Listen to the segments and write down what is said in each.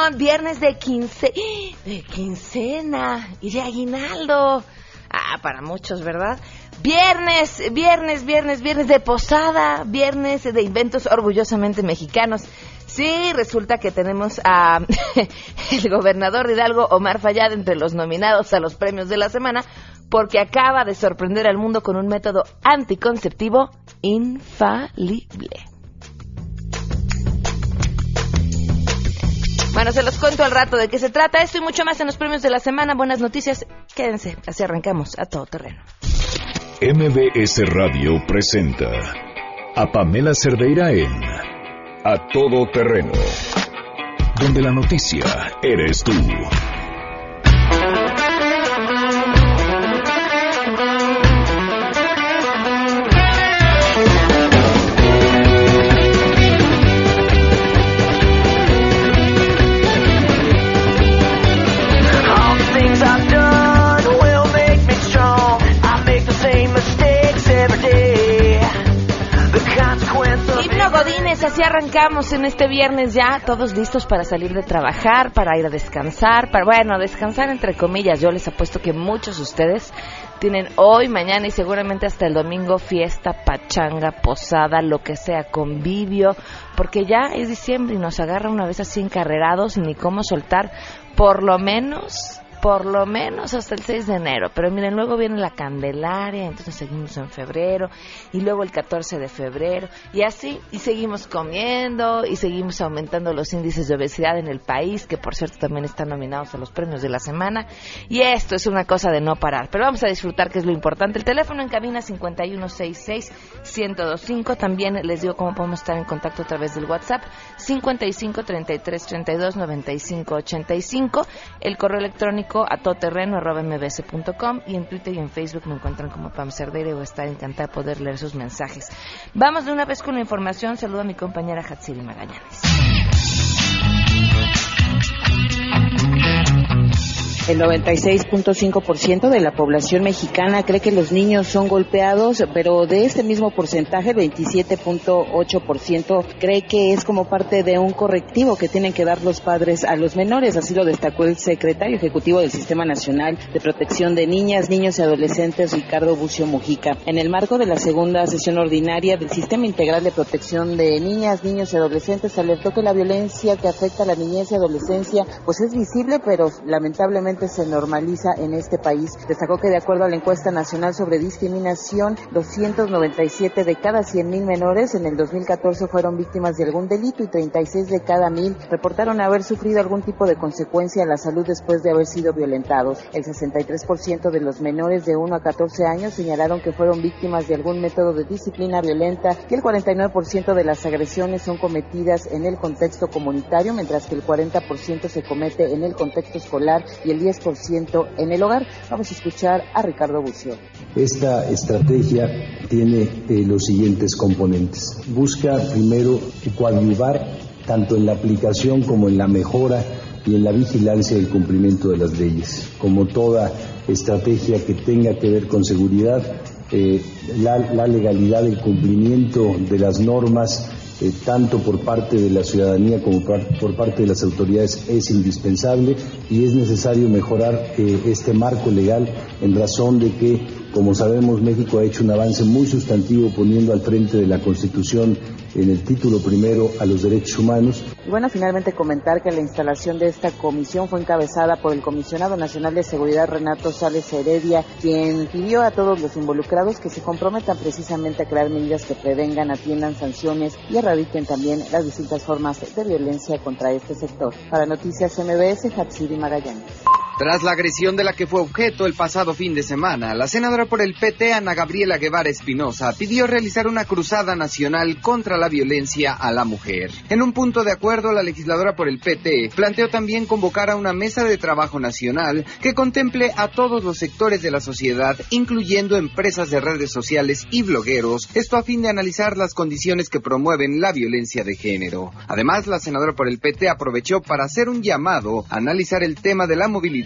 viernes de quincena y de aguinaldo. Para muchos, ¿verdad? Viernes de posada, viernes de inventos orgullosamente mexicanos. Sí, resulta que tenemos a el gobernador de Hidalgo, Omar Fayad, entre los nominados a los premios de la semana, porque acaba de sorprender al mundo con un método anticonceptivo infalible. Bueno, se los cuento al rato de qué se trata. Esto y mucho más en los premios de la semana. Buenas noticias. Quédense, así arrancamos a todo terreno. MBS Radio presenta a Pamela Cerdeira en A Todo Terreno, donde la noticia eres tú. Así arrancamos en este viernes ya, todos listos para salir de trabajar, para ir a descansar, descansar entre comillas. Yo les apuesto que muchos de ustedes tienen hoy, mañana y seguramente hasta el domingo fiesta, pachanga, posada, lo que sea, convivio, porque ya es diciembre y nos agarra una vez así encarrerados, ni cómo soltar, por lo menos hasta el 6 de enero. Pero miren, luego viene la Candelaria, entonces seguimos en febrero, y luego el 14 de febrero, y así, y seguimos comiendo, y seguimos aumentando los índices de obesidad en el país, que por cierto también están nominados a los premios de la semana, y esto es una cosa de no parar. Pero vamos a disfrutar, que es lo importante. El teléfono en cabina 5166-1025, también les digo cómo podemos estar en contacto a través del WhatsApp, 5533329585, el correo electrónico a todoterreno@mbs.com, y en Twitter y en Facebook me encuentran como Pam Cerdeira y voy a estar encantada de poder leer sus mensajes. Vamos de una vez con la información. Saludo a mi compañera Hatsiri Magallanes. El 96.5% de la población mexicana cree que los niños son golpeados, pero de este mismo porcentaje, el 27.8% cree que es como parte de un correctivo que tienen que dar los padres a los menores. Así lo destacó el secretario ejecutivo del Sistema Nacional de Protección de Niñas, Niños y Adolescentes, Ricardo Bucio Mujica. En el marco de la segunda sesión ordinaria del Sistema Integral de Protección de Niñas, Niños y Adolescentes, alertó que la violencia que afecta a la niñez y adolescencia pues es visible, pero lamentablemente se normaliza en este país. Destacó que de acuerdo a la encuesta nacional sobre discriminación, 297 de cada 100,000 menores en el 2014 fueron víctimas de algún delito y 36 de cada 1,000 reportaron haber sufrido algún tipo de consecuencia a la salud después de haber sido violentados. El 63% de los menores de 1 a 14 años señalaron que fueron víctimas de algún método de disciplina violenta y el 49% de las agresiones son cometidas en el contexto comunitario, mientras que el 40% se comete en el contexto escolar y el 10% en el hogar. Vamos a escuchar a Ricardo Bucio. Esta estrategia tiene los siguientes componentes. Busca primero coadyuvar tanto en la aplicación como en la mejora y en la vigilancia del cumplimiento de las leyes. Como toda estrategia que tenga que ver con seguridad, la legalidad, el cumplimiento de las normas, tanto por parte de la ciudadanía como por parte de las autoridades, es indispensable, y es necesario mejorar este marco legal en razón de que, como sabemos, México ha hecho un avance muy sustantivo poniendo al frente de la Constitución en el título primero a los derechos humanos. Y bueno, finalmente comentar que la instalación de esta comisión fue encabezada por el Comisionado Nacional de Seguridad, Renato Sales Heredia, quien pidió a todos los involucrados que se comprometan precisamente a crear medidas que prevengan, atiendan sanciones y erradiquen también las distintas formas de violencia contra este sector. Para Noticias MBS, Hatsiri Magallanes. Tras la agresión de la que fue objeto el pasado fin de semana, la senadora por el PT, Ana Gabriela Guevara Espinosa, pidió realizar una cruzada nacional contra la violencia a la mujer. En un punto de acuerdo, la legisladora por el PT planteó también convocar a una mesa de trabajo nacional que contemple a todos los sectores de la sociedad, incluyendo empresas de redes sociales y blogueros, esto a fin de analizar las condiciones que promueven la violencia de género. Además, la senadora por el PT aprovechó para hacer un llamado a analizar el tema de la movilidad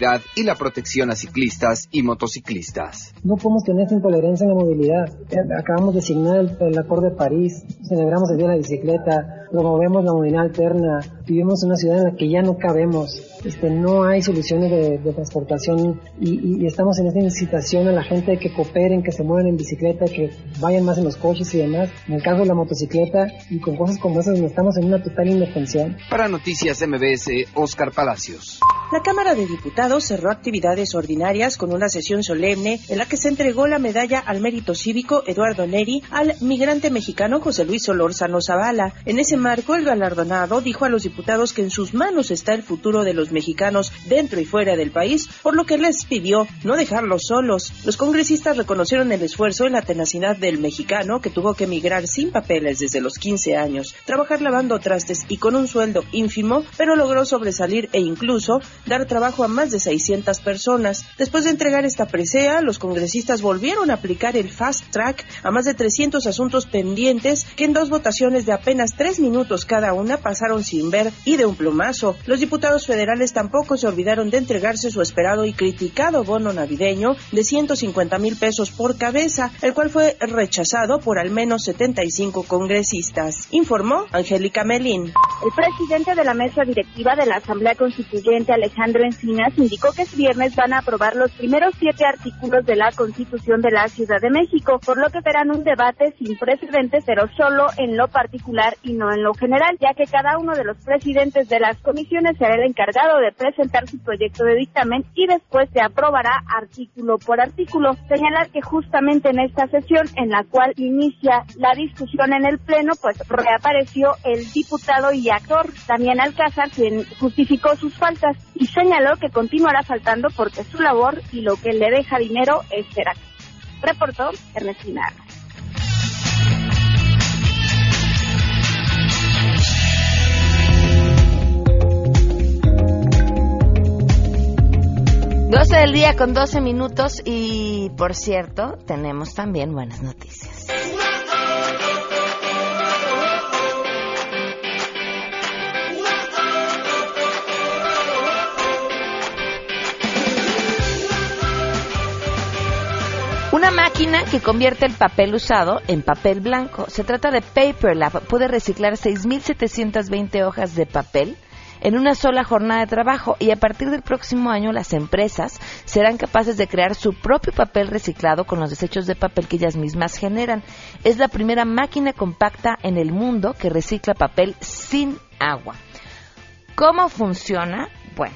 seguridad y la protección a ciclistas y motociclistas. No podemos tener esta intolerancia en la movilidad. Acabamos de signar el Acuerdo de París, celebramos el Día de la Bicicleta, promovemos la movilidad alterna, vivimos en una ciudad en la que ya no cabemos. No hay soluciones de transportación y estamos en esta incitación a la gente de que cooperen, que se muevan en bicicleta, que vayan más en los coches y demás. En el caso de la motocicleta y con cosas como esas estamos en una total indefensión. Para Noticias MBS, Óscar Palacios. La Cámara de Diputados cerró actividades ordinarias con una sesión solemne en la que se entregó la medalla al mérito cívico Eduardo Neri al migrante mexicano José Luis Solórzano Zavala. En ese marco, el galardonado dijo a los diputados que en sus manos está el futuro de los mexicanos dentro y fuera del país, por lo que les pidió no dejarlos solos. Los congresistas reconocieron el esfuerzo y la tenacidad del mexicano que tuvo que emigrar sin papeles desde los 15 años, trabajar lavando trastes y con un sueldo ínfimo, pero logró sobresalir e incluso dar trabajo a más de 600 personas. Después de entregar esta presea, los congresistas volvieron a aplicar el fast track a más de 300 asuntos pendientes que en 2 votaciones de apenas 3 minutos cada una pasaron sin ver y de un plumazo. Los diputados federales tampoco se olvidaron de entregarse su esperado y criticado bono navideño de 150,000 pesos por cabeza, el cual fue rechazado por al menos 75 congresistas. Informó Angélica Melín. El presidente de la mesa directiva de la Asamblea Constituyente, Alejandro Encinas, indicó que este viernes van a aprobar los primeros 7 artículos de la Constitución de la Ciudad de México, por lo que verán un debate sin precedentes, pero solo en lo particular y no en lo general, ya que cada uno de los presidentes de las comisiones será el encargado de presentar su proyecto de dictamen y después se aprobará artículo por artículo. Señalar que justamente en esta sesión, en la cual inicia la discusión en el Pleno, pues reapareció el diputado y actor Damián Alcázar, quien justificó sus faltas y señaló que continuará faltando porque su labor y lo que le deja dinero es ser actor. Reportó Ernestina Armas. Del día con 12 minutos y, por cierto, tenemos también buenas noticias. Una máquina que convierte el papel usado en papel blanco. Se trata de PaperLab. Puede reciclar 6,720 hojas de papel en una sola jornada de trabajo, y a partir del próximo año las empresas serán capaces de crear su propio papel reciclado con los desechos de papel que ellas mismas generan. Es la primera máquina compacta en el mundo que recicla papel sin agua. ¿Cómo funciona? Bueno,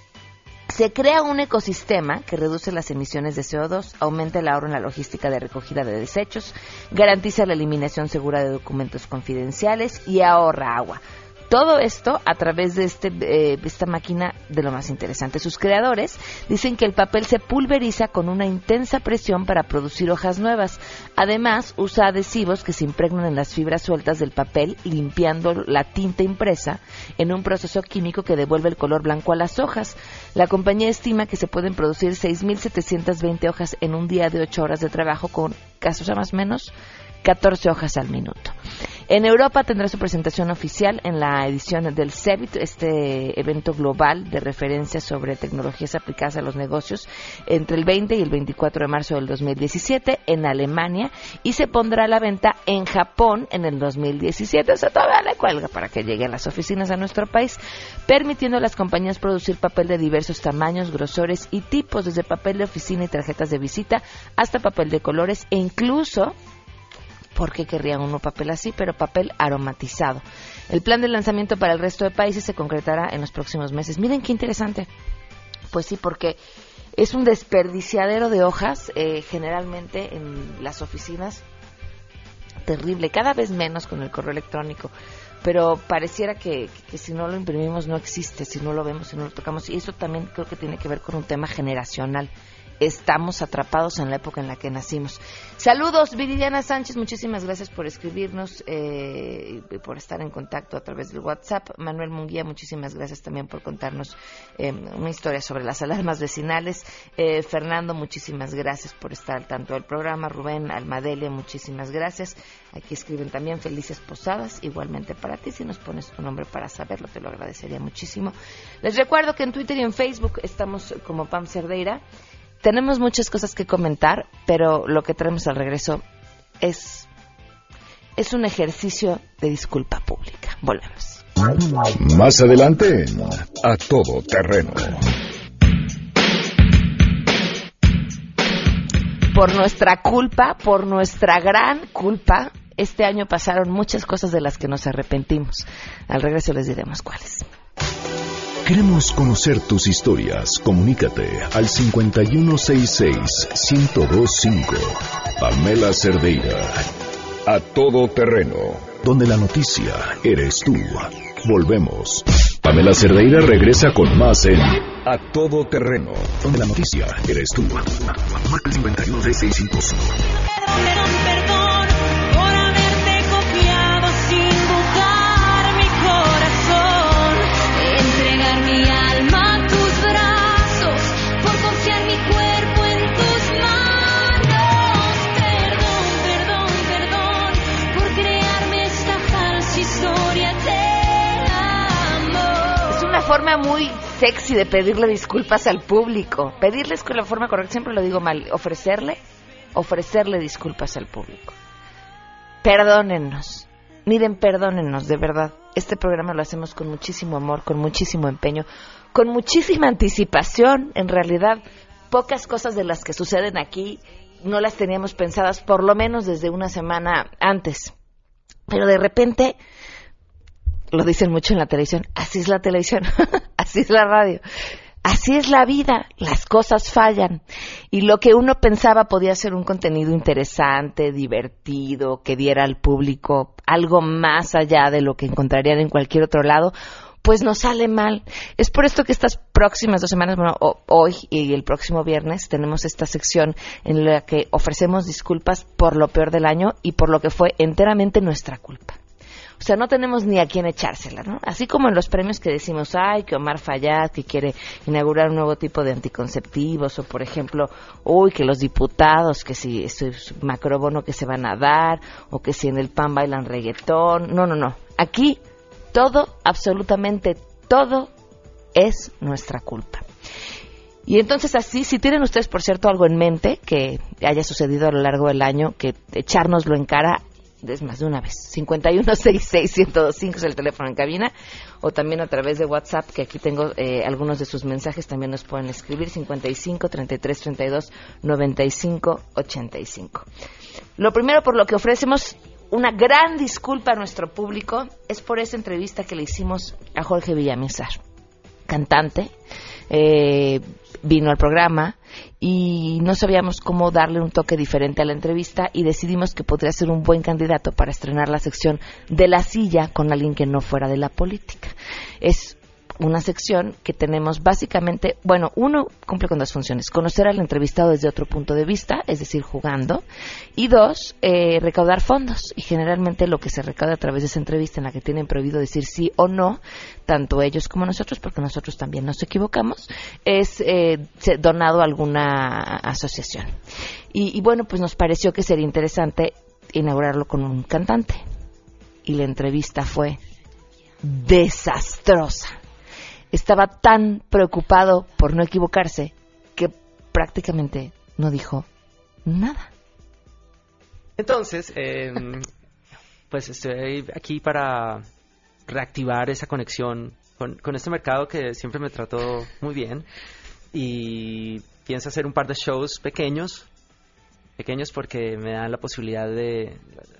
se crea un ecosistema que reduce las emisiones de CO2, aumenta el ahorro en la logística de recogida de desechos, garantiza la eliminación segura de documentos confidenciales y ahorra agua. Todo esto a través de esta máquina de lo más interesante. Sus creadores dicen que el papel se pulveriza con una intensa presión para producir hojas nuevas. Además, usa adhesivos que se impregnan en las fibras sueltas del papel, limpiando la tinta impresa en un proceso químico que devuelve el color blanco a las hojas. La compañía estima que se pueden producir 6,720 hojas en un día de 8 horas de trabajo, con casos a más o menos 14 hojas al minuto. En Europa tendrá su presentación oficial en la edición del CEBIT, este evento global de referencia sobre tecnologías aplicadas a los negocios, entre el 20 y el 24 de marzo del 2017 en Alemania, y se pondrá a la venta en Japón en el 2017. O sea, todavía le cuelga para que llegue a las oficinas a nuestro país, permitiendo a las compañías producir papel de diversos tamaños, grosores y tipos, desde papel de oficina y tarjetas de visita hasta papel de colores e incluso, ¿por qué querría uno papel así? Pero papel aromatizado. El plan de lanzamiento para el resto de países se concretará en los próximos meses. Miren qué interesante. Pues sí, porque es un desperdiciadero de hojas, generalmente en las oficinas. Terrible, cada vez menos con el correo electrónico. Pero pareciera que si no lo imprimimos no existe, si no lo vemos, si no lo tocamos. Y eso también creo que tiene que ver con un tema generacional. estamos atrapados en la época en la que nacimos. Saludos, Viridiana Sánchez, muchísimas gracias por escribirnos y por estar en contacto a través del WhatsApp. Manuel Munguía, muchísimas gracias también por contarnos una historia sobre las alarmas vecinales. Fernando, muchísimas gracias por estar al tanto del programa. Rubén Almadelia, muchísimas gracias. Aquí escriben también Felices Posadas, igualmente para ti. Si nos pones tu nombre para saberlo, te lo agradecería muchísimo. Les recuerdo que en Twitter y en Facebook estamos como Pam Cerdeira. Tenemos muchas cosas que comentar, pero lo que traemos al regreso es un ejercicio de disculpa pública. Volvemos. Más adelante, A Todo Terreno. Por nuestra culpa, por nuestra gran culpa, este año pasaron muchas cosas de las que nos arrepentimos. Al regreso les diremos cuáles. Queremos conocer tus historias. Comunícate al 5166-1025. Pamela Cerdeira. A Todo Terreno, donde la noticia eres tú. Volvemos. Pamela Cerdeira regresa con más en A Todo Terreno, donde la noticia eres tú. Marca 5166-1025. Perdón por haberte copiado sin buscar mi corazón. Entregar mi alma a tus brazos, por confiar mi cuerpo en tus manos. Perdón, por crearme esta falsa historia de amor. Es una forma muy sexy de pedirle disculpas al público. Pedirles con la forma correcta, siempre lo digo mal, ofrecerle disculpas al público. Perdónennos. Miren, perdónennos, de verdad. Este programa lo hacemos con muchísimo amor, con muchísimo empeño, con muchísima anticipación. En realidad, pocas cosas de las que suceden aquí no las teníamos pensadas, por lo menos desde una semana antes. Pero de repente, lo dicen mucho en la televisión, así es la televisión, así es la radio. Así es la vida, las cosas fallan. Y lo que uno pensaba podía ser un contenido interesante, divertido, que diera al público algo más allá de lo que encontrarían en cualquier otro lado, pues nos sale mal. Es por esto que estas próximas 2 semanas, bueno, hoy y el próximo viernes, tenemos esta sección en la que ofrecemos disculpas por lo peor del año y por lo que fue enteramente nuestra culpa. O sea, no tenemos ni a quién echársela, ¿no? Así como en los premios que decimos, ay, que Omar Fayad, que quiere inaugurar un nuevo tipo de anticonceptivos, o por ejemplo, uy, que los diputados, que si es macrobono que se van a dar, o que si en el PAN bailan reggaetón. No. Aquí todo, absolutamente todo, es nuestra culpa. Y entonces así, si tienen ustedes, por cierto, algo en mente que haya sucedido a lo largo del año, que echárnoslo en cara, es más de una vez. 5166-1025 es el teléfono en cabina, o también a través de WhatsApp, que aquí tengo algunos de sus mensajes, también nos pueden escribir 55-3332-9585. Lo primero por lo que ofrecemos una gran disculpa a nuestro público es por esa entrevista que le hicimos a Jorge Villamizar, cantante. Vino al programa y no sabíamos cómo darle un toque diferente a la entrevista y decidimos que podría ser un buen candidato para estrenar la sección de La Silla con alguien que no fuera de la política. Es una sección que tenemos básicamente, bueno, uno, cumple con 2 funciones: conocer al entrevistado desde otro punto de vista, es decir, jugando, y 2, recaudar fondos. Y generalmente lo que se recauda a través de esa entrevista, en la que tienen prohibido decir sí o no, tanto ellos como nosotros, porque nosotros también nos equivocamos, es donado a alguna asociación. Y bueno, pues nos pareció que sería interesante inaugurarlo con un cantante. Y la entrevista fue desastrosa. Estaba tan preocupado por no equivocarse que prácticamente no dijo nada. Entonces, pues estoy aquí para reactivar esa conexión con este mercado que siempre me trató muy bien, y pienso hacer un par de shows pequeños porque me dan la posibilidad de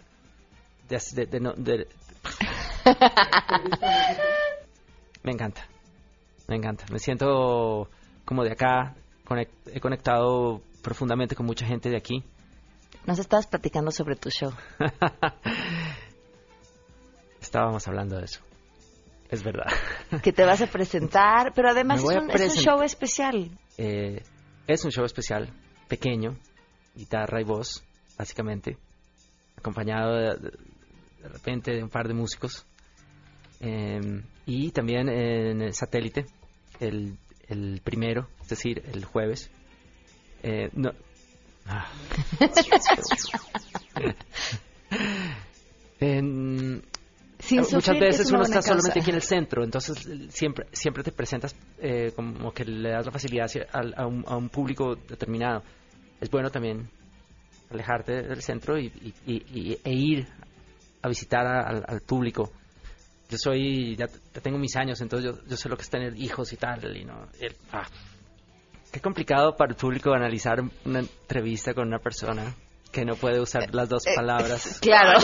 me encanta. Me siento como de acá, he conectado profundamente con mucha gente de aquí. Nos estabas platicando sobre tu show. Estábamos hablando de eso. Es verdad. Que te vas a presentar, pero además es un show especial. Es un show especial, pequeño, guitarra y voz, básicamente, acompañado de repente de un par de músicos. Y también en el satélite, el primero, es decir, el jueves. Muchas veces uno está solamente aquí en el centro, entonces siempre te presentas como que le das la facilidad a un público determinado. Es bueno también alejarte del centro e ir a visitar al público. Yo ya tengo mis años, entonces yo sé lo que es tener hijos y tal, y no... Qué complicado para el público analizar una entrevista con una persona que no puede usar las dos palabras. Claro.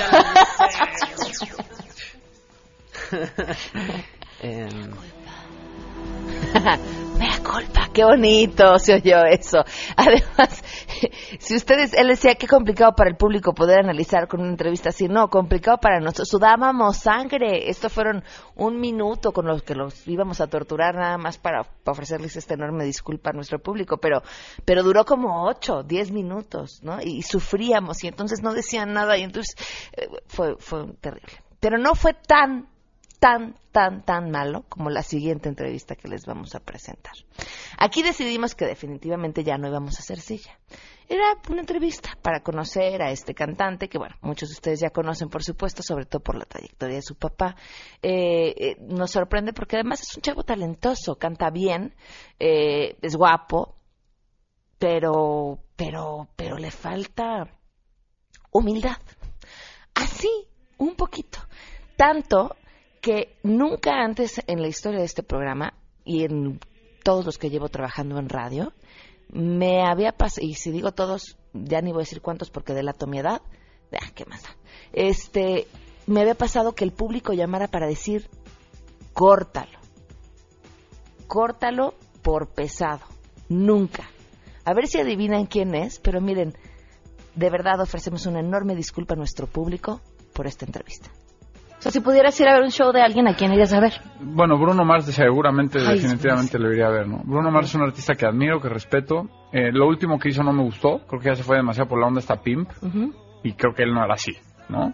Mea culpa, qué bonito se oyó eso. Además, él decía qué complicado para el público poder analizar con una entrevista así. No, complicado para nosotros. Sudábamos sangre. Esto fueron 1 minuto con los que los íbamos a torturar nada más para ofrecerles esta enorme disculpa a nuestro público, pero duró como 8, 10 minutos, ¿no? Y sufríamos y entonces no decían nada y entonces fue terrible. Pero no fue tan malo como la siguiente entrevista que les vamos a presentar. Aquí decidimos que definitivamente ya no íbamos a hacer silla. Era una entrevista para conocer a este cantante que, bueno, muchos de ustedes ya conocen, por supuesto, sobre todo por la trayectoria de su papá. Nos sorprende porque además es un chavo talentoso, canta bien, es guapo, pero le falta humildad. Así, un poquito. Tanto que nunca antes en la historia de este programa y en todos los que llevo trabajando en radio me había pasado, y si digo todos ya ni voy a decir cuántos porque delato mi edad, qué más da, me había pasado que el público llamara para decir córtalo por pesado. Nunca. A ver si adivinan quién es, pero miren, de verdad ofrecemos una enorme disculpa a nuestro público por esta entrevista. O sea, si pudieras ir a ver un show de alguien, ¿a quién irías a ver? Bueno, Bruno Mars seguramente, definitivamente lo iría a ver, ¿no? Bruno Mars es un artista que admiro, que respeto. Lo último que hizo no me gustó, creo que ya se fue demasiado por la onda esta Pimp, y creo que él no era así, ¿no?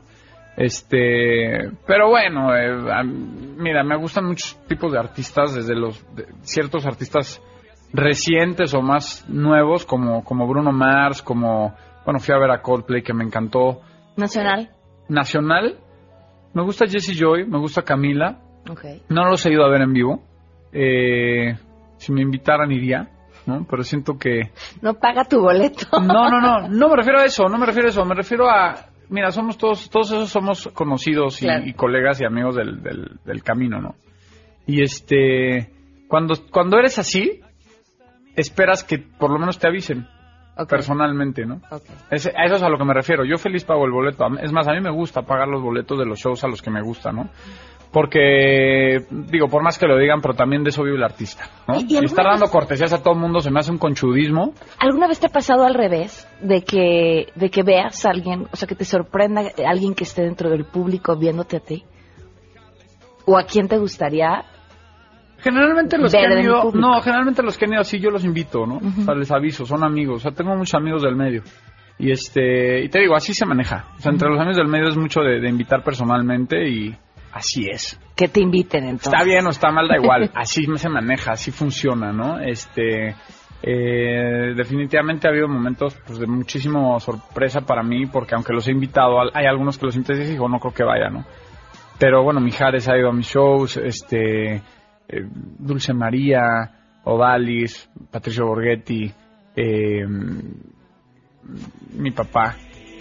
Pero bueno, mira, me gustan muchos tipos de artistas, desde ciertos artistas recientes o más nuevos, como Bruno Mars, bueno, fui a ver a Coldplay, que me encantó. ¿Nacional? Me gusta Jessie Joy, me gusta Camila. Okay. No los he ido a ver en vivo. Si me invitaran iría, ¿no? Pero siento que... No paga tu boleto. No me refiero a eso, me refiero a... Mira, todos esos somos conocidos y colegas y amigos del camino, ¿no? Y cuando eres así, esperas que por lo menos te avisen. Okay. Personalmente, ¿no? Okay. Eso es a lo que me refiero. Yo feliz pago el boleto. Es más, a mí me gusta pagar los boletos de los shows a los que me gusta, ¿no? Porque, digo, por más que lo digan, pero también de eso vive el artista, ¿no? Y estar dando cortesías a todo el mundo se me hace un conchudismo. ¿Alguna vez te ha pasado al revés? De que veas a alguien, o sea, que te sorprenda alguien que esté dentro del público viéndote a ti? ¿O a quién te gustaría? Generalmente los que han ido, sí, yo los invito, ¿no? O sea, les aviso, son amigos, o sea, tengo muchos amigos del medio. Y te digo, así se maneja. O sea, entre los amigos del medio es mucho de invitar personalmente y así es. Que te inviten, entonces. Está bien o está mal, da igual. Así se maneja, así funciona, ¿no? Definitivamente ha habido momentos pues de muchísima sorpresa para mí, porque aunque los he invitado, hay algunos que los invité y digo, no creo que vaya, ¿no? Pero bueno, Mijares ha ido a mis shows, Dulce María, Odalis, Patricio Borghetti, mi papá.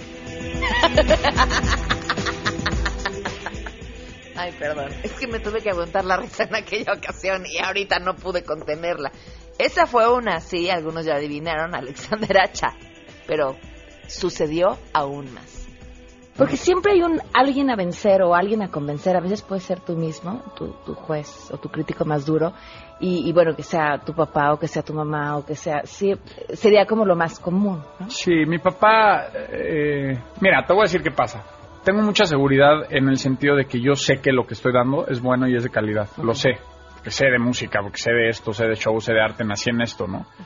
Ay, perdón, es que me tuve que aguantar la risa en aquella ocasión y ahorita no pude contenerla. Esa fue una, sí, algunos ya adivinaron, Alexander Hacha, pero sucedió aún más. Porque siempre hay alguien a vencer o alguien a convencer. A veces puede ser tú mismo, tu juez o tu crítico más duro. Y bueno, que sea tu papá o que sea tu mamá o que sea... Sí, sería como lo más común, ¿no? Sí, mi papá... mira, te voy a decir qué pasa. Tengo mucha seguridad en el sentido de que yo sé que lo que estoy dando es bueno y es de calidad. Okay. Lo sé. Porque sé de música, porque sé de esto, sé de show, sé de arte. Nací en esto, ¿no?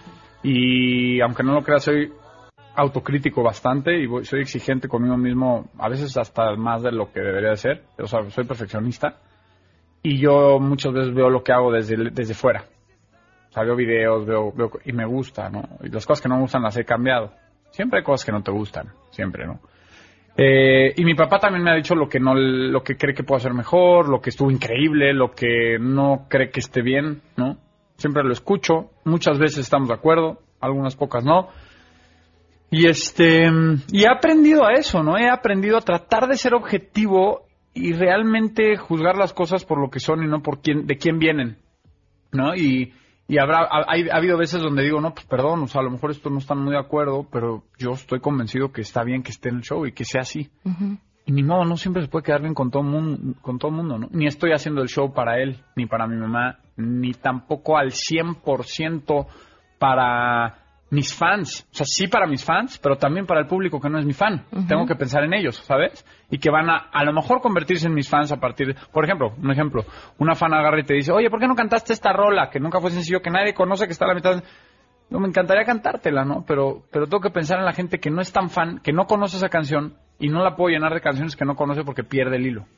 Y aunque no lo creas, soy autocrítico bastante y soy exigente conmigo mismo, a veces hasta más de lo que debería de ser. O sea, soy perfeccionista y yo muchas veces veo lo que hago desde fuera. O sea, veo videos, veo y me gusta, ¿no? Y las cosas que no me gustan las he cambiado. Siempre hay cosas que no te gustan, siempre, ¿no? Y mi papá también me ha dicho lo que cree que puedo hacer mejor, lo que estuvo increíble, lo que no cree que esté bien, ¿no? Siempre lo escucho, muchas veces estamos de acuerdo, algunas pocas no. Y he aprendido a eso, ¿no? He aprendido a tratar de ser objetivo y realmente juzgar las cosas por lo que son y no por de quién vienen, ¿no? Y ha habido veces donde digo, no, pues perdón, o sea, a lo mejor esto no están muy de acuerdo, pero yo estoy convencido que está bien que esté en el show y que sea así. Uh-huh. Y ni modo, no siempre se puede quedar bien con todo el mundo, ¿no? Ni estoy haciendo el show para él, ni para mi mamá, ni tampoco al 100% para mis fans. O sea, sí para mis fans, pero también para el público que no es mi fan. Uh-huh. Tengo que pensar en ellos, ¿sabes? Y que van a lo mejor convertirse en mis fans a partir de... Por ejemplo, una fan agarra y te dice, oye, ¿por qué no cantaste esta rola? Que nunca fue sencillo, que nadie conoce, que está a la mitad... No, me encantaría cantártela, ¿no? Pero tengo que pensar en la gente que no es tan fan, que no conoce esa canción y no la puedo llenar de canciones que no conoce porque pierde el hilo.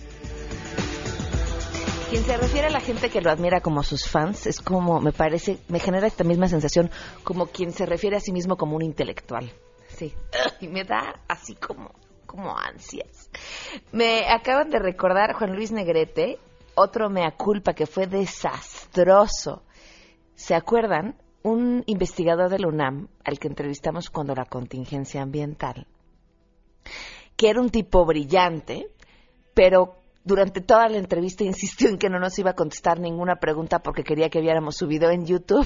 Quien se refiere a la gente que lo admira como sus fans es como, me parece, me genera esta misma sensación como quien se refiere a sí mismo como un intelectual. Sí. Y me da así como ansias. Me acaban de recordar Juan Luis Negrete, otro mea culpa que fue desastroso. ¿Se acuerdan? Un investigador de la UNAM al que entrevistamos cuando la contingencia ambiental, que era un tipo brillante, pero durante toda la entrevista insistió en que no nos iba a contestar ninguna pregunta porque quería que viéramos su video en YouTube.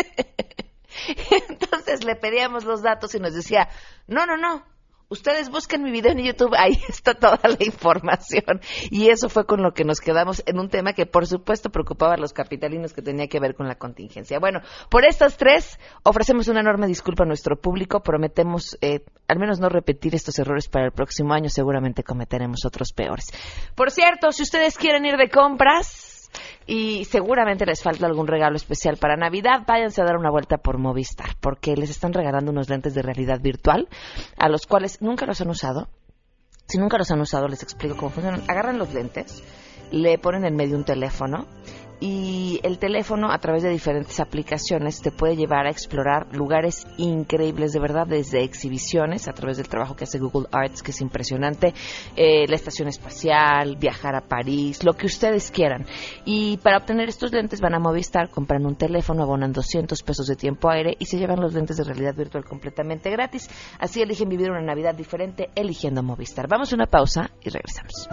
Entonces le pedíamos los datos y nos decía, no, ustedes busquen mi video en YouTube, ahí está toda la información. Y eso fue con lo que nos quedamos en un tema que por supuesto preocupaba a los capitalinos, que tenía que ver con la contingencia. Bueno, por estas tres ofrecemos una enorme disculpa a nuestro público, prometemos al menos no repetir estos errores para el próximo año, seguramente cometeremos otros peores. Por cierto, si ustedes quieren ir de compras y seguramente les falta algún regalo especial para Navidad, váyanse a dar una vuelta por Movistar, porque les están regalando unos lentes de realidad virtual, a los cuales nunca los han usado. Si nunca los han usado, les explico cómo funcionan. Agarran los lentes, le ponen en medio un teléfono, y el teléfono, a través de diferentes aplicaciones, te puede llevar a explorar lugares increíbles, de verdad, desde exhibiciones, a través del trabajo que hace Google Arts, que es impresionante, la estación espacial, viajar a París, lo que ustedes quieran. Y para obtener estos lentes van a Movistar, compran un teléfono, abonan $200 de tiempo aire y se llevan los lentes de realidad virtual completamente gratis. Así eligen vivir una Navidad diferente eligiendo Movistar. Vamos a una pausa y regresamos.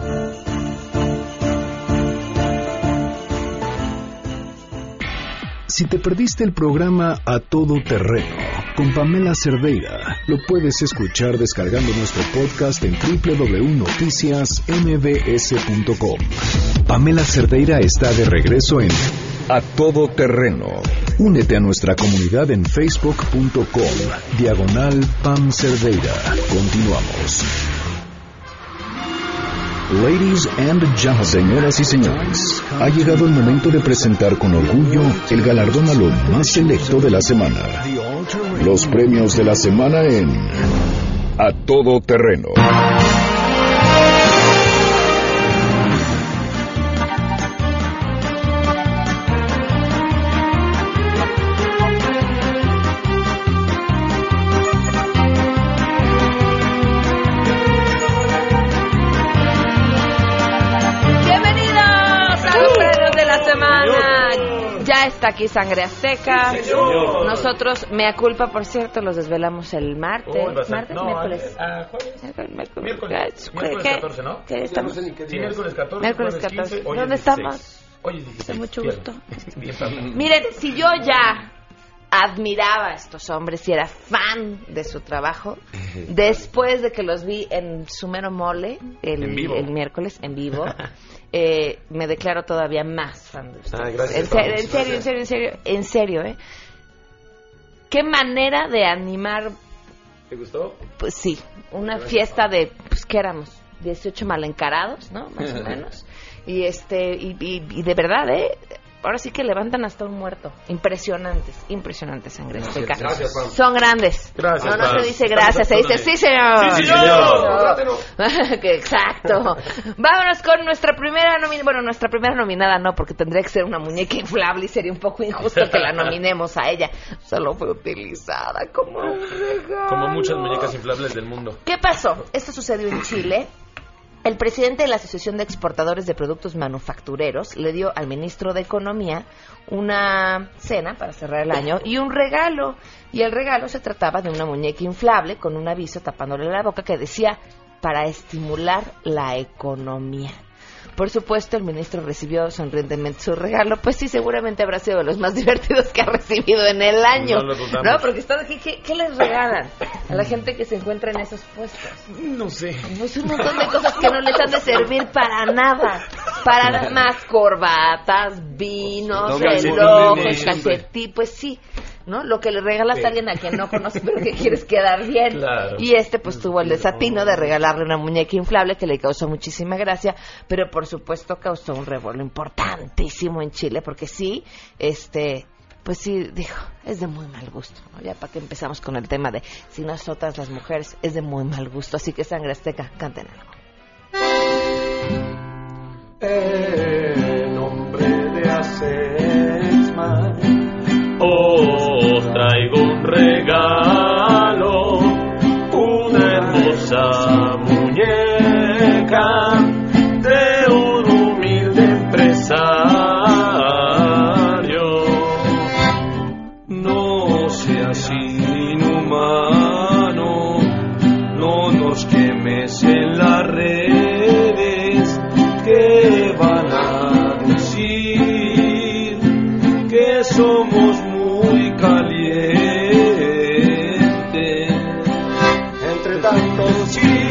Si te perdiste el programa A Todo Terreno con Pamela Cerdeira, lo puedes escuchar descargando nuestro podcast en www.noticiasmbs.com. Pamela Cerdeira está de regreso en A Todo Terreno. Únete a nuestra comunidad en facebook.com/Pam Cerdeira. Continuamos. Ladies and gentlemen, señoras y señores, ha llegado el momento de presentar con orgullo el galardón a lo más selecto de la semana. Los premios de la semana en A Todo Terreno. Ya está aquí Sangre Azteca. Sí, nosotros, mea culpa, por cierto, los desvelamos el martes. ¿Martes? No, ¿Miércoles? Miércoles 14, ¿no? ¿Qué estamos? Sí, miércoles 14. Miércoles 14. ¿Dónde estamos? Hoy es 16. De mucho gusto. Miren, si yo ya admiraba a estos hombres y era fan de su trabajo, después de que los vi en su mero mole el miércoles en vivo, me declaro todavía más fan de ustedes. Gracias, en serio, qué manera de animar. ¿Te gustó? Pues sí, una fiesta de, pues ¿qué éramos? 18 mal encarados, ¿no? Más o menos. Y de verdad, ahora sí que levantan hasta un muerto. Impresionantes, Sangre Azteca. Gracias, Pam. Son grandes. Gracias, no Pam. se dice gracias, se dice sí, señor. Sí, señor. Exacto. Vámonos con nuestra primera nominada no, porque tendría que ser una muñeca inflable y sería un poco injusto que la nominemos a ella. Solo fue utilizada como un regalo. Como muchas muñecas inflables del mundo. ¿Qué pasó? Esto sucedió en Chile. El presidente de la Asociación de Exportadores de Productos Manufactureros le dio al ministro de Economía una cena para cerrar el año y un regalo. Y el regalo se trataba de una muñeca inflable con un aviso tapándole la boca que decía para estimular la economía. Por supuesto, el ministro recibió sonrientemente su regalo, pues sí, seguramente habrá sido de los más divertidos que ha recibido en el año. No, porque ¿qué les regalan a la gente que se encuentra en esos puestos? No sé. Pues un montón de cosas que no les han de servir para nada. Para nada más corbatas, vinos, relojes, calcetín, pues sí. ¿No? Lo que le regalas a alguien a quien no conoce, pero que quieres quedar bien. Claro. Y pues tuvo el desatino de regalarle una muñeca inflable que le causó muchísima gracia, pero por supuesto causó un revuelo importantísimo en Chile, porque sí, pues sí, dijo, es de muy mal gusto, ¿no? Ya para que empezamos con el tema de si nosotras las mujeres, es de muy mal gusto. Así que Sangre Azteca, canten algo. En nombre de Asexman os traigo un regalo, una hermosa muñeca de un humilde empresario. No seas inhumano, no nos quemes en las redes, que van a decir que somos muy calientes. Entre tantos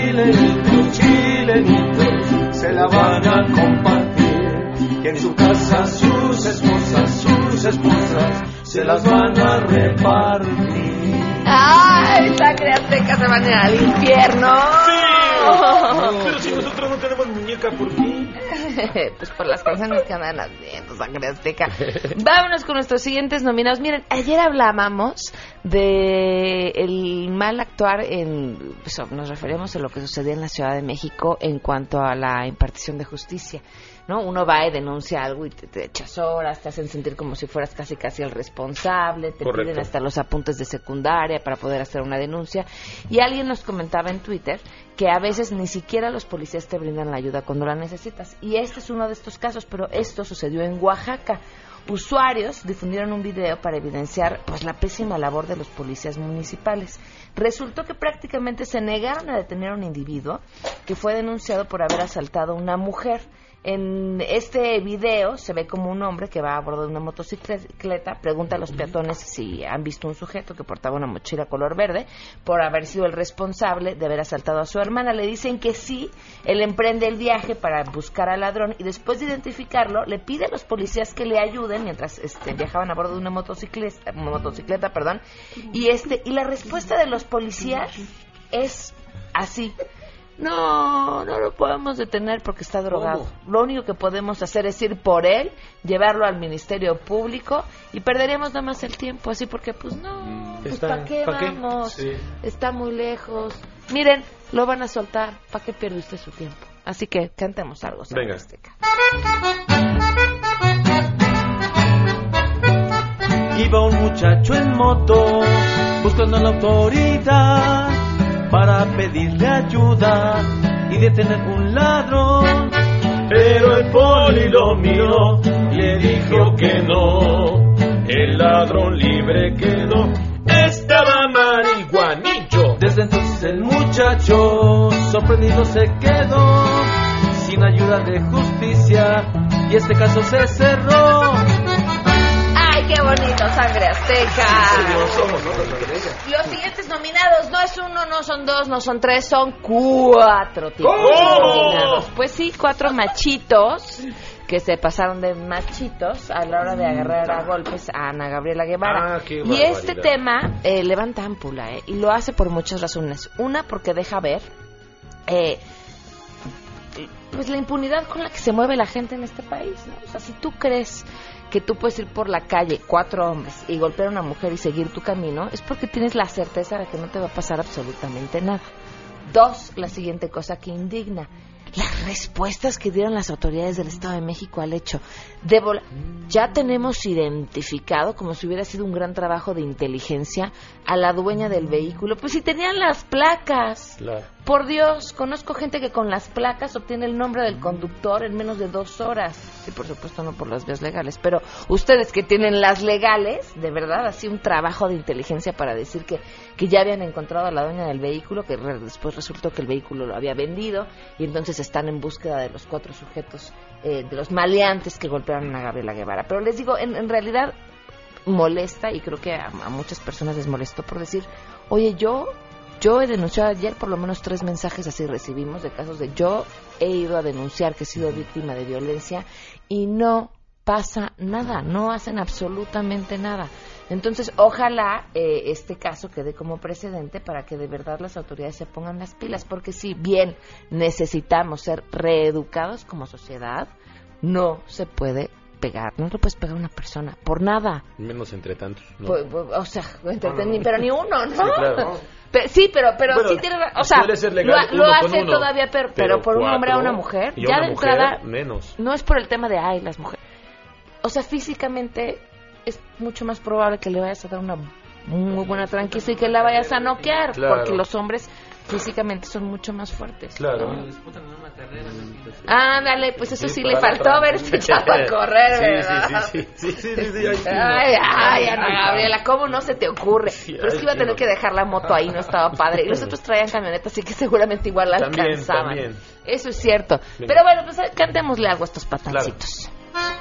chilenitos se la van a compartir, que en su casa sus esposas se las van a repartir. ¡Ay, Sangre Azteca se van a ir al infierno! ¡Sí! Pero si nosotros no tenemos muñeca, ¿por qué? Pues por las canciones que andan haciendo, Sangre Azteca. Vámonos con nuestros siguientes nominados. Miren, ayer hablábamos de el mal actuar nos referimos a lo que sucedía en la Ciudad de México en cuanto a la impartición de justicia, ¿no? Uno va y denuncia algo y te echas horas, te hacen sentir como si fueras casi el responsable, te Correcto. piden hasta los apuntes de secundaria para poder hacer una denuncia. Y alguien nos comentaba en Twitter que a veces ni siquiera los policías te brindan la ayuda cuando la necesitas. Y este es uno de estos casos, pero esto sucedió en Oaxaca. Usuarios difundieron un video para evidenciar pues la pésima labor de los policías municipales. Resultó que prácticamente se negaron a detener a un individuo que fue denunciado por haber asaltado a una mujer. En este video se ve como un hombre que va a bordo de una motocicleta pregunta a los peatones si han visto un sujeto que portaba una mochila color verde por haber sido el responsable de haber asaltado a su hermana. Le dicen que sí, él emprende el viaje para buscar al ladrón y después de identificarlo le pide a los policías que le ayuden mientras viajaban a bordo de una motocicleta, y la respuesta de los policías es así: no lo podemos detener porque está drogado. ¿Cómo? Lo único que podemos hacer es ir por él, llevarlo al Ministerio Público y perderemos nada más el tiempo, así porque pues no, pues ¿para qué vamos? Sí. Está muy lejos. Miren, lo van a soltar, ¿para qué pierde usted su tiempo? Así que cantemos algo. Venga. Iba un muchacho en moto buscando a la autoridad para pedirle ayuda y detener un ladrón. Pero el poli lo miró y le dijo que no. El ladrón libre quedó, estaba marihuanillo. Desde entonces el muchacho sorprendido se quedó, sin ayuda de justicia, y este caso se cerró. ¡Ay, qué bonito, Sangre Azteca! Los siguientes nominados no es uno, no son dos, no son tres, son 4 tipos nominados. Pues sí, 4 machitos que se pasaron de machitos a la hora de agarrar a golpes a Ana Gabriela Guevara. Y este tema levanta ámpula, y lo hace por muchas razones. Una, porque deja ver pues la impunidad con la que se mueve la gente en este país, ¿no? O sea, si tú crees que tú puedes ir por la calle, 4 hombres, y golpear a una mujer y seguir tu camino, es porque tienes la certeza de que no te va a pasar absolutamente nada. 2, la siguiente cosa que indigna, las respuestas que dieron las autoridades del Estado de México al hecho. Ya tenemos identificado, como si hubiera sido un gran trabajo de inteligencia, a la dueña del vehículo. Pues si tenían las placas. Claro. Por Dios, conozco gente que con las placas obtiene el nombre del conductor en menos de 2 horas. Y por supuesto no por las vías legales, pero ustedes que tienen las legales, de verdad, así un trabajo de inteligencia para decir que ya habían encontrado a la dueña del vehículo, que después resultó que el vehículo lo había vendido, y entonces están en búsqueda de los 4 sujetos, de los maleantes que golpearon a Gabriela Guevara. Pero les digo, en realidad molesta, y creo que a muchas personas les molestó por decir, oye, yo he denunciado ayer, por lo menos 3 mensajes así recibimos de casos de yo he ido a denunciar que he sido víctima de violencia y no pasa nada, no hacen absolutamente nada. Entonces, ojalá este caso quede como precedente para que de verdad las autoridades se pongan las pilas, porque si bien necesitamos ser reeducados como sociedad, no se puede pegar, no le puedes pegar a una persona por nada. Menos entre tantos, ¿no? O sea, pero ni uno, ¿no? Sí, claro. Sí, pero bueno, sí tiene, o sea, suele ser legal lo hace uno, todavía pero por un hombre a una mujer, ya de entrada menos. No es por el tema de las mujeres. O sea, físicamente es mucho más probable que le vayas a dar una muy buena tranquiza y que la vayas a noquear, claro. Porque los hombres físicamente son mucho más fuertes. Claro. ¿No? Ándale, pues eso sí le faltó haberse echado a correr, ¿verdad? Sí. Ay, Ana Gabriela, ¿cómo no se te ocurre? Pero es que iba a tener que dejar la moto ahí, no estaba padre. Y los otros traían camionetas, así que seguramente igual la alcanzaban. También. Eso es cierto. Venga. Pero bueno, pues cantémosle algo a estos patancitos. Claro.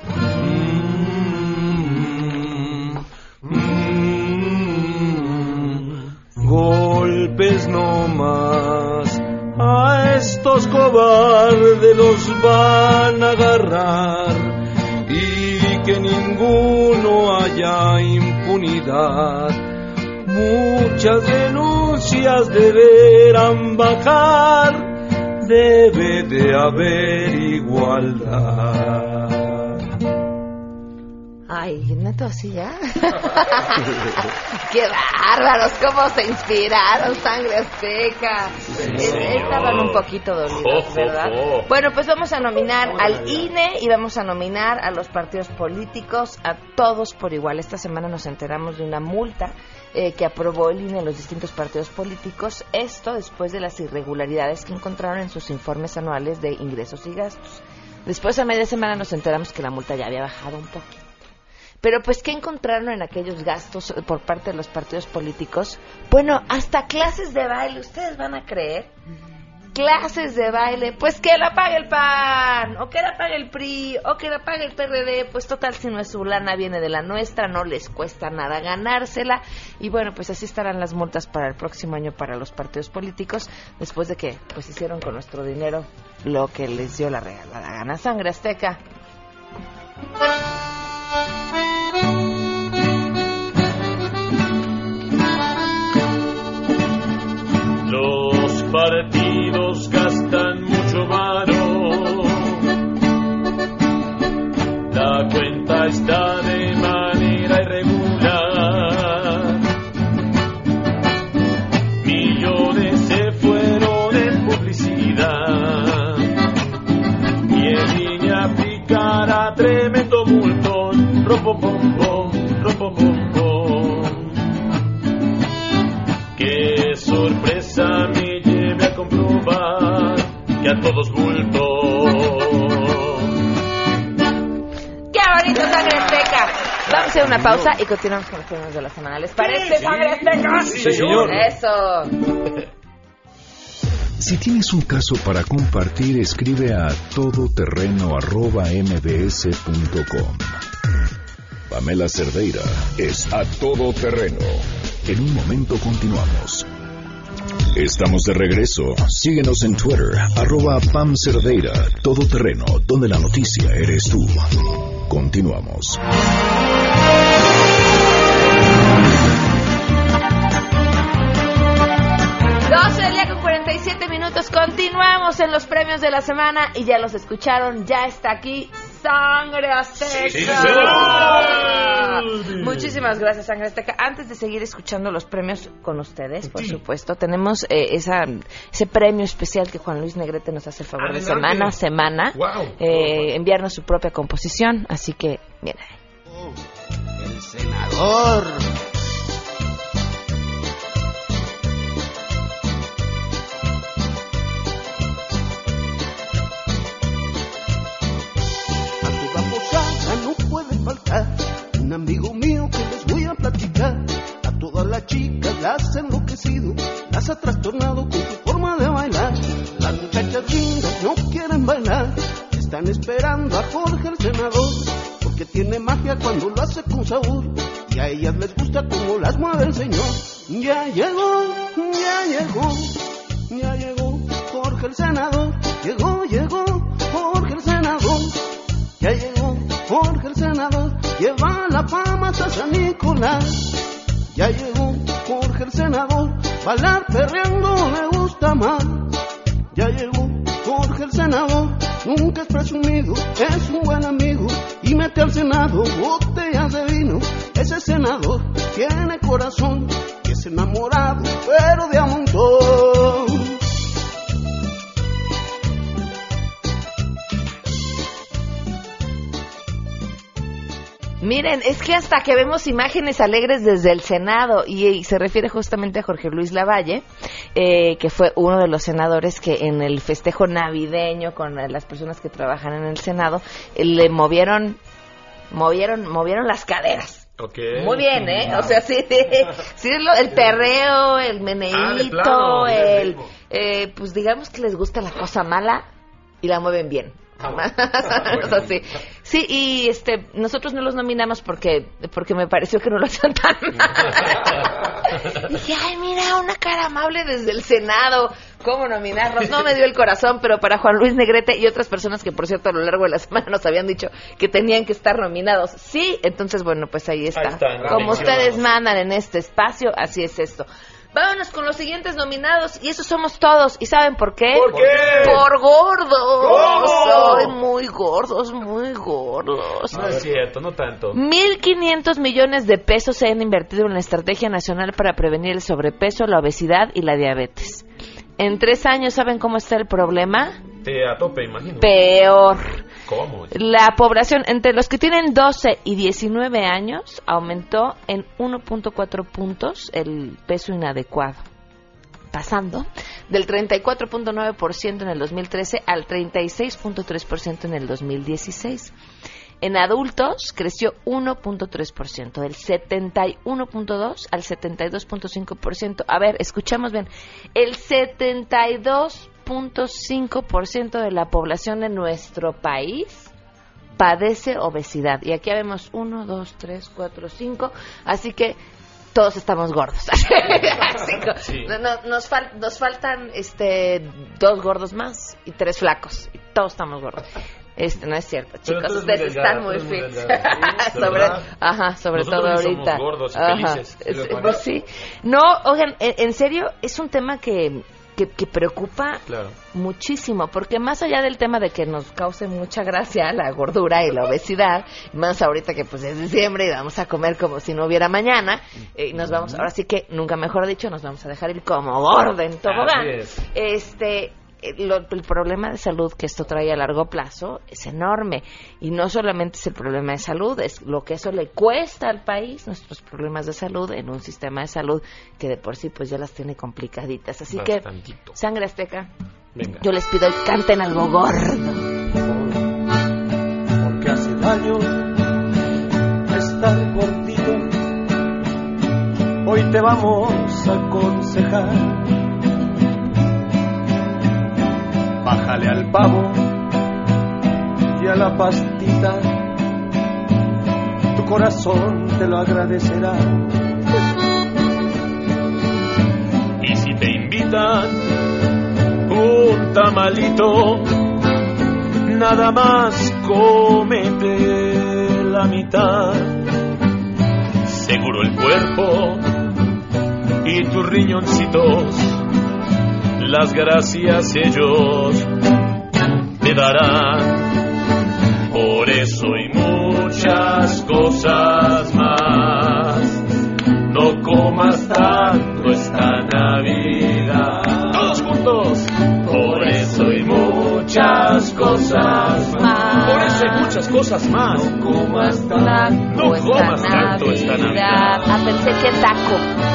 Golpes no más, a estos cobardes los van a agarrar y que ninguno haya impunidad. Muchas denuncias deberán bajar, debe de haber igualdad. Ay, ¿neto así ya? ¡Qué bárbaros! ¿Cómo se inspiraron? Sangre Azteca. Estaban un poquito dolidos, ¿verdad? Bueno, pues vamos a nominar al INE y vamos a nominar a los partidos políticos, a todos por igual. Esta semana nos enteramos de una multa que aprobó el INE a los distintos partidos políticos. Esto después de las irregularidades que encontraron en sus informes anuales de ingresos y gastos. Después, a media semana, nos enteramos que la multa ya había bajado un poquito. Pero pues, ¿qué encontraron en aquellos gastos por parte de los partidos políticos? Bueno, hasta clases de baile, ¿ustedes van a creer? Clases de baile, pues que la pague el PAN, o que la pague el PRI, o que la pague el PRD, pues total, si no es su lana, viene de la nuestra, no les cuesta nada ganársela. Y bueno, pues así estarán las multas para el próximo año para los partidos políticos, después de que pues hicieron con nuestro dinero lo que les dio la regalada gana. Sangre Azteca. Los partidos gastan mucho varo, la cuenta está de manera irregular, millones se fueron en publicidad y el INE aplicará tremendo multón, ropopopom, ropopopom. Qué sorpresa me lleve a comprobar que a todos multó. ¡Qué bonito, Sangre Azteca! Vamos a hacer una pausa y continuamos con los temas de la semana. ¿Les parece, Sangre Azteca? Sí, señor. Eso. Si tienes un caso para compartir, escribe a todoterreno@mbs.com. Pamela Cerdeira es A Todo Terreno. En un momento continuamos. Estamos de regreso. Síguenos en Twitter, @PamCerdeira. Todo Terreno, donde la noticia eres tú. Continuamos. 12 del día con 47 minutos. Continuamos en los premios premios de la semana y ya los escucharon, ya está aquí Sangre Azteca. Sí, Muchísimas gracias, Sangre Azteca. Antes de seguir escuchando los premios con ustedes, por supuesto, tenemos ese premio especial que Juan Luis Negrete nos hace el favor de semana a semana enviarnos su propia composición, así que mira. El senador. No puede faltar un amigo mío que les voy a platicar. A todas las chicas las ha enloquecido, las ha trastornado con su forma de bailar. Las muchachas lindas no quieren bailar, están esperando a Jorge el senador, porque tiene magia cuando lo hace con sabor, y a ellas les gusta como las mueve el señor. Ya llegó, ya llegó, ya llegó Jorge el senador. Llegó Jorge el senador. Ya llegó Jorge el senador, lleva la fama hasta San Nicolás. Ya llegó Jorge el senador, bailar perreando le gusta más. Ya llegó Jorge el senador, nunca es presumido, es un buen amigo y mete al Senado botellas de vino. Ese senador tiene corazón y es enamorado, pero de a montón. Miren, es que hasta que vemos imágenes alegres desde el Senado, y se refiere justamente a Jorge Luis Lavalle, que fue uno de los senadores que en el festejo navideño con las personas que trabajan en el Senado le movieron las caderas. Okay. Muy bien, ¿eh? O sea, sí, el perreo, el meneíto, pues digamos que les gusta la cosa mala y la mueven bien. Sí, y nosotros no los nominamos porque me pareció que no lo hacían tan mal. Dije, ay, mira, una cara amable desde el Senado, ¿cómo nominarlos? No me dio el corazón, pero para Juan Luis Negrete y otras personas que, por cierto, a lo largo de la semana nos habían dicho que tenían que estar nominados. Sí, entonces, bueno, pues ahí está. Como ustedes mandan en este espacio, así es esto. Vámonos con los siguientes nominados, y esos somos todos. ¿Y saben por qué? ¿Por qué? Por gordos. ¿Cómo? Soy muy gordos. No es cierto, no tanto. 1,500 millones de pesos se han invertido en la Estrategia Nacional para prevenir el sobrepeso, la obesidad y la diabetes. En 3 años, ¿saben cómo está el problema? A tope, imagino. Peor. ¿Cómo? La población entre los que tienen 12 y 19 años aumentó en 1.4 puntos el peso inadecuado, pasando del 34.9% en el 2013 al 36.3% en el 2016. En adultos creció 1.3%, del 71.2 al 72.5%. A ver, escuchamos bien. El 72.5% de la población de nuestro país padece obesidad. Y aquí vemos 1, 2, 3, 4, 5. Así que todos estamos gordos. Sí. Nos faltan 2 gordos más y 3 flacos. Y todos estamos gordos. No es cierto, chicos, ustedes están muy fit. Sobre todo ahorita. Somos gordos y felices. Pues sí. No, oigan, en serio, es un tema que preocupa muchísimo, porque más allá del tema de que nos cause mucha gracia la gordura y la obesidad, más ahorita que pues es diciembre y vamos a comer como si no hubiera mañana, y nos vamos, ahora sí que nunca mejor dicho, nos vamos a dejar ir como gordo en tobogán. El problema de salud que esto trae a largo plazo es enorme, y no solamente es el problema de salud, es lo que eso le cuesta al país, nuestros problemas de salud en un sistema de salud que de por sí pues ya las tiene complicaditas. Así bastantito. Que Sangre Azteca, venga, yo les pido que canten algo gordo, porque hace daño estar gordito. Hoy te vamos a aconsejar: bájale al pavo y a la pastita, tu corazón te lo agradecerá. Y si te invitan un tamalito, nada más cómete la mitad. Seguro el cuerpo y tus riñoncitos, las gracias ellos quedarán. Por eso y muchas cosas más. No comas tanto esta Navidad. Todos juntos. Por eso y muchas cosas más. Por eso hay muchas cosas más. No comas tanto esta Navidad. Ah, pensé que taco.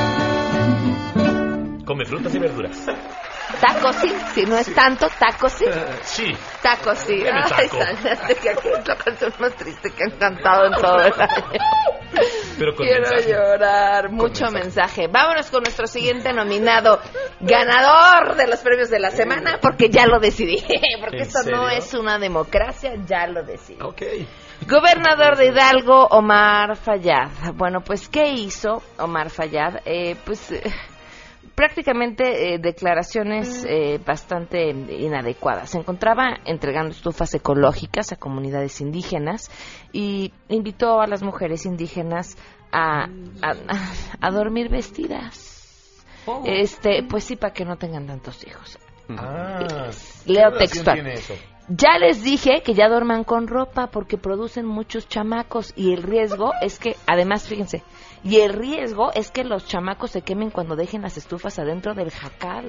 Come frutas y verduras. Taco sí, si no es tanto, taco sí. Sí. Taco sí. Deme taco. Que aquí es la canción más triste que han cantado en todo el año. Pero con Quiero mensaje. llorar, mucho mensaje. Vámonos con nuestro siguiente nominado, ganador de los premios de la semana, porque ya lo decidí. Porque ¿En esto serio? no es una democracia, ya lo decidí. Ok. Gobernador de Hidalgo, Omar Fayad. Bueno, pues, ¿qué hizo Omar Fayad? Prácticamente declaraciones bastante inadecuadas. Se encontraba entregando estufas ecológicas a comunidades indígenas y invitó a las mujeres indígenas a dormir vestidas. Pues sí, para que no tengan tantos hijos. Leo textual. Ya les dije que ya duerman con ropa porque producen muchos chamacos y el riesgo es que, además, fíjense, y el riesgo es que los chamacos se quemen cuando dejen las estufas adentro del jacal.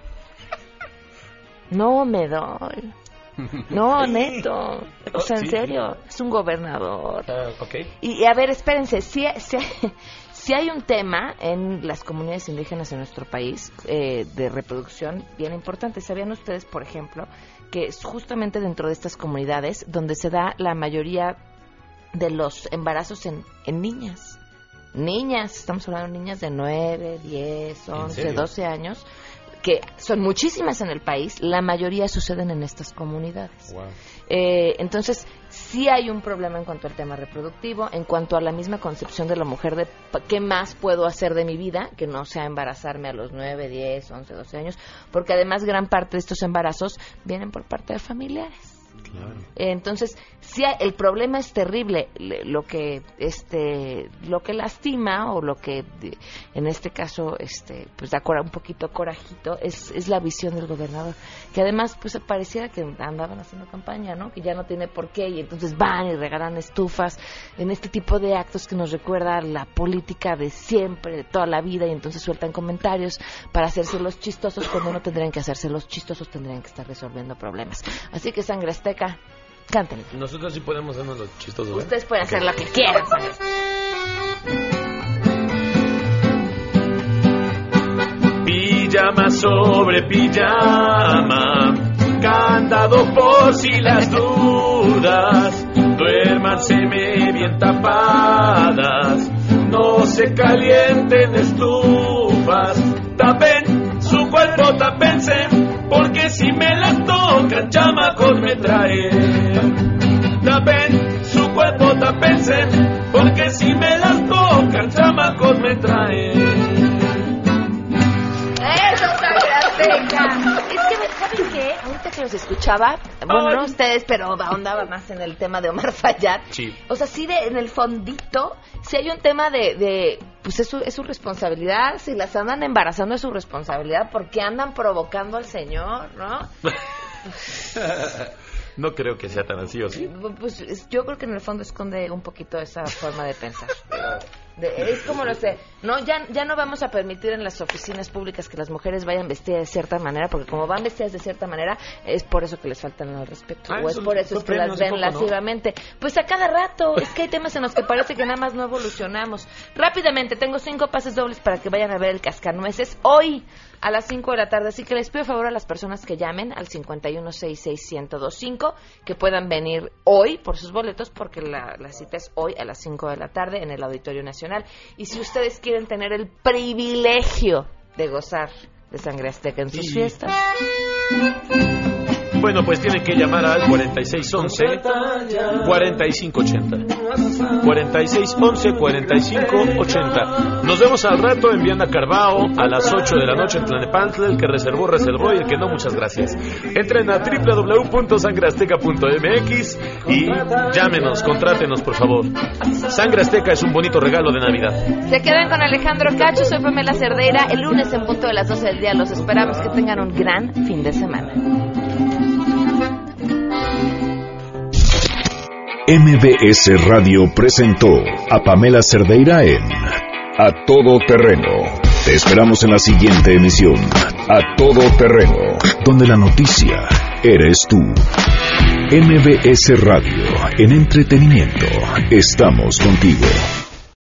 No me doy. No, neto. O sea, en serio, es un gobernador. Okay. Y a ver, espérense, si hay un tema en las comunidades indígenas en nuestro país de reproducción bien importante. ¿Sabían ustedes, por ejemplo, que es justamente dentro de estas comunidades donde se da la mayoría de los embarazos en niñas? Niñas, estamos hablando de niñas de 9, 10, 11, 12 años, que son muchísimas en el país, la mayoría suceden en estas comunidades. Wow. Entonces, sí hay un problema en cuanto al tema reproductivo, en cuanto a la misma concepción de la mujer de qué más puedo hacer de mi vida, que no sea embarazarme a los 9, 10, 11, 12 años, porque además gran parte de estos embarazos vienen por parte de familiares. Claro. Entonces, sí, el problema es terrible. Lo que lastima o lo que en este caso pues da un poquito corajito es la visión del gobernador, que además pues pareciera que andaban haciendo campaña, ¿no? Que ya no tiene por qué y entonces van y regalan estufas en este tipo de actos que nos recuerda la política de siempre, de toda la vida, y entonces sueltan comentarios para hacerse los chistosos cuando no tendrían que hacerse los chistosos, tendrían que estar resolviendo problemas. Así que Sangre Azteca, cántenle. Nosotros sí podemos hacernos los chistosos, ¿eh? Ustedes pueden hacer lo que quieran, ¿sabes? Pijama sobre pijama, candado por si las dudas, duérmanseme bien tapadas, no se calienten estufas, tapen su cuerpo, tapense, porque si me las tocan, chamacos me traen. Tapen su cuerpo, tapense, porque si me las tocan, chamacos me traen. ¡Eso, Sangre Azteca! Es que, ¿saben qué? Ahorita que los escuchaba, bueno, no ustedes, pero ahondaba más en el tema de Omar Fayad. Sí. O sea, sí, en el fondito, si hay un tema pues es su responsabilidad. Si las andan embarazando es su responsabilidad, porque andan provocando al señor, ¿no? No creo que sea tan así, ¿o sí? Pues yo creo que en el fondo esconde un poquito esa forma de pensar. Es como lo sé, no, ya no vamos a permitir en las oficinas públicas que las mujeres vayan vestidas de cierta manera, porque como van vestidas de cierta manera, es por eso que les faltan al respeto, o es por eso es que las ven lascivamente. Pues a cada rato, es que hay temas en los que parece que nada más no evolucionamos. Rápidamente, tengo 5 pases dobles para que vayan a ver el Cascanueces hoy a las 5 de la tarde, así que les pido favor a las personas que llamen al 5166-1025 que puedan venir hoy por sus boletos, porque la cita es hoy a las 5 de la tarde en el Auditorio Nacional. Y si ustedes quieren tener el privilegio de gozar de Sangre Azteca en sus fiestas, bueno, pues tienen que llamar al 4611-4580. 4611-4580. Nos vemos al rato en Viana Carbao a las 8 de la noche en Tlalnepantla. El que reservó y el que no, muchas gracias. Entren a www.sangreazteca.mx y llámenos, contrátenos, por favor. Sangre Azteca es un bonito regalo de Navidad. Se quedan con Alejandro Cacho, soy Pamela Cerdeira. El lunes en punto de las 12 del día los esperamos. Que tengan un gran fin de semana. MBS Radio presentó a Pamela Cerdeira en A Todo Terreno. Te esperamos en la siguiente emisión, A Todo Terreno, donde la noticia eres tú. MBS Radio, en entretenimiento, estamos contigo.